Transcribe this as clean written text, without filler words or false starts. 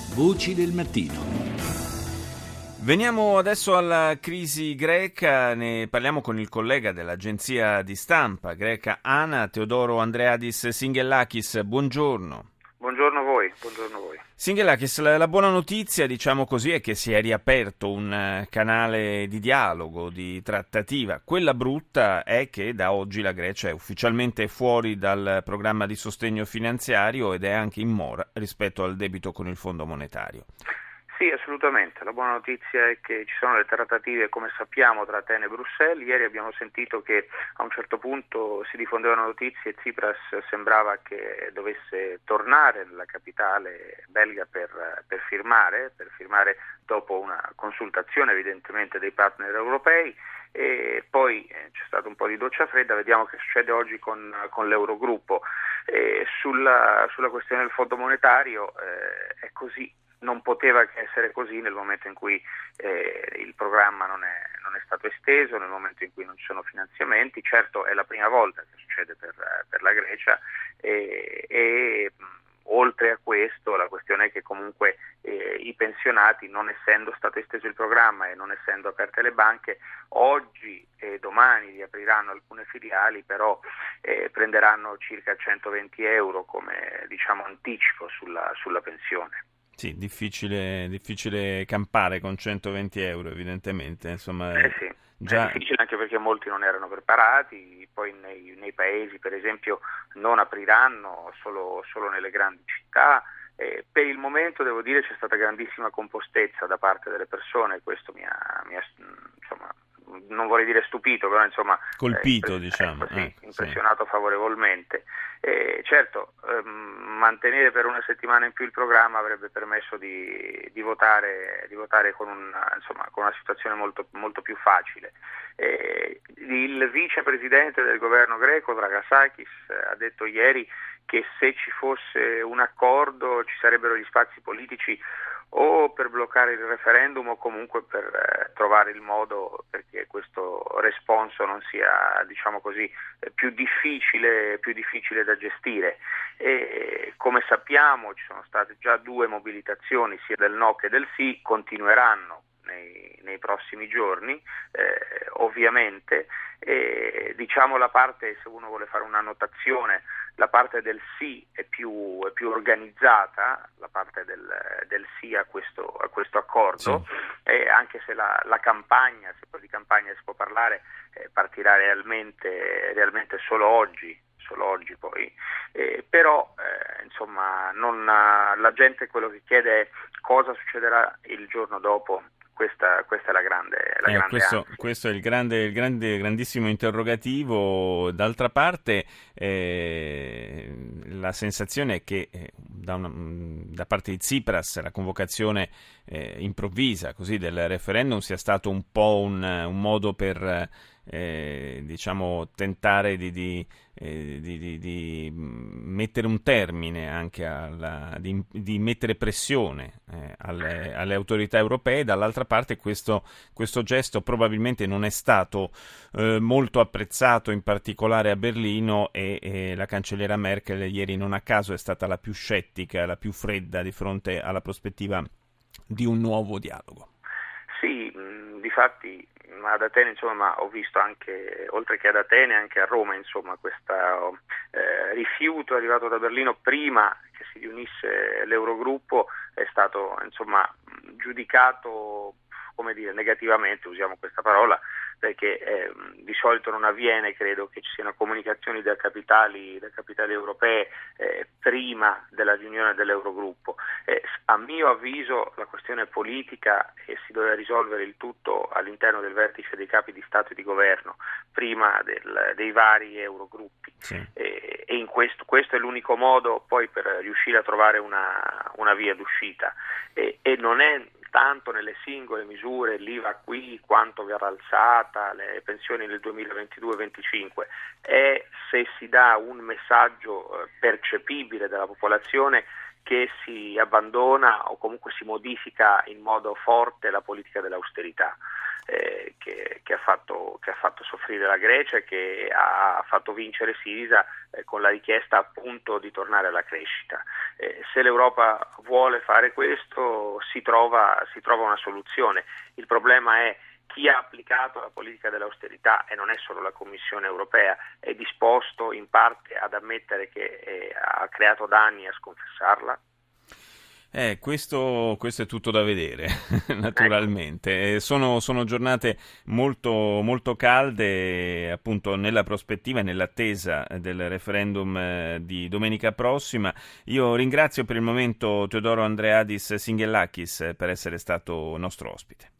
Voci del mattino. Veniamo adesso alla crisi greca, ne parliamo con il collega dell'agenzia di stampa greca ANA, Teodoro Andreadis Singellakis. Buongiorno. Buongiorno a voi, buongiorno a voi. Singellakis, la buona notizia, diciamo così, è che si è riaperto un canale di dialogo, di trattativa. Quella brutta è che da oggi la Grecia è ufficialmente fuori dal programma di sostegno finanziario ed è anche in mora rispetto al debito con il Fondo monetario. Sì, assolutamente. La buona notizia è che ci sono le trattative, come sappiamo, tra Atene e Bruxelles. Ieri abbiamo sentito che a un certo punto si diffondevano notizie e Tsipras sembrava che dovesse tornare nella capitale belga per firmare dopo una consultazione evidentemente dei partner europei. E poi c'è stato un po' di doccia fredda, vediamo che succede oggi con l'Eurogruppo. Sulla questione del Fondo monetario è così. Non poteva che essere così nel momento in cui il programma non è stato esteso, nel momento in cui non ci sono finanziamenti. Certo è la prima volta che succede per la Grecia e oltre a questo la questione è che comunque i pensionati, non essendo stato esteso il programma e non essendo aperte le banche, oggi e domani riapriranno alcune filiali, però prenderanno circa 120 euro come anticipo sulla pensione. Sì, difficile campare con 120 euro, evidentemente. Insomma, Sì, già... è difficile anche perché molti non erano preparati, poi nei paesi per esempio non apriranno, solo nelle grandi città. Per il momento devo dire c'è stata grandissima compostezza da parte delle persone, questo mi ha insomma, non vorrei dire stupito, però insomma colpito, diciamo. Impressionato favorevolmente. Certo, mantenere per una settimana in più il programma avrebbe permesso di votare con una situazione molto, molto più facile. Il vicepresidente del governo greco, Dragasakis, ha detto ieri che se ci fosse un accordo ci sarebbero gli spazi politici o per bloccare il referendum o comunque per trovare il modo perché questo responso non sia, più difficile da gestire. E come sappiamo ci sono state già 2 mobilitazioni, sia del no che del sì, continueranno nei prossimi giorni, ovviamente. La parte, se uno vuole fare una notazione, la parte del sì è più organizzata, la parte del sì a questo accordo, sì. Anche se la campagna, se poi di campagna si può parlare, partirà realmente solo oggi poi, però la gente quello che chiede è cosa succederà il giorno dopo. Questa è la grande questo è il grandissimo interrogativo. D'altra parte la sensazione è che da parte di Tsipras la convocazione improvvisa così del referendum sia stato un po' un modo per tentare di mettere un termine anche di mettere pressione alle autorità europee. Dall'altra parte questo gesto probabilmente non è stato molto apprezzato, in particolare a Berlino, e la cancelliera Merkel ieri non a caso è stata la più scettica, la più fredda di fronte alla prospettiva di un nuovo dialogo. Sì, difatti ad Atene ho visto anche, oltre che ad Atene, anche a Roma questo rifiuto arrivato da Berlino prima che si riunisse l'Eurogruppo è stato giudicato negativamente, usiamo questa parola, perché di solito non avviene, credo, che ci siano comunicazioni da capitali europee prima della riunione dell'Eurogruppo. A mio avviso la questione politica si doveva risolvere il tutto all'interno del vertice dei capi di Stato e di Governo, prima dei vari Eurogruppi. Sì. E in questo è l'unico modo poi per riuscire a trovare una via d'uscita. E non è tanto nelle singole misure, l'IVA qui, quanto verrà alzata, le pensioni nel 2022-25, è se si dà un messaggio percepibile dalla popolazione che si abbandona o comunque si modifica in modo forte la politica dell'austerità. che ha fatto soffrire la Grecia e che ha fatto vincere Sirisa con la richiesta appunto di tornare alla crescita. Se l'Europa vuole fare questo si trova una soluzione. Il problema è chi ha applicato la politica dell'austerità, e non è solo la Commissione europea, è disposto in parte ad ammettere che ha creato danni e a sconfessarla? Questo è tutto da vedere, Ecco. naturalmente. Sono giornate molto, molto calde, appunto, nella prospettiva e nell'attesa del referendum di domenica prossima. Io ringrazio per il momento Teodoro Andreadis Singhellakis per essere stato nostro ospite.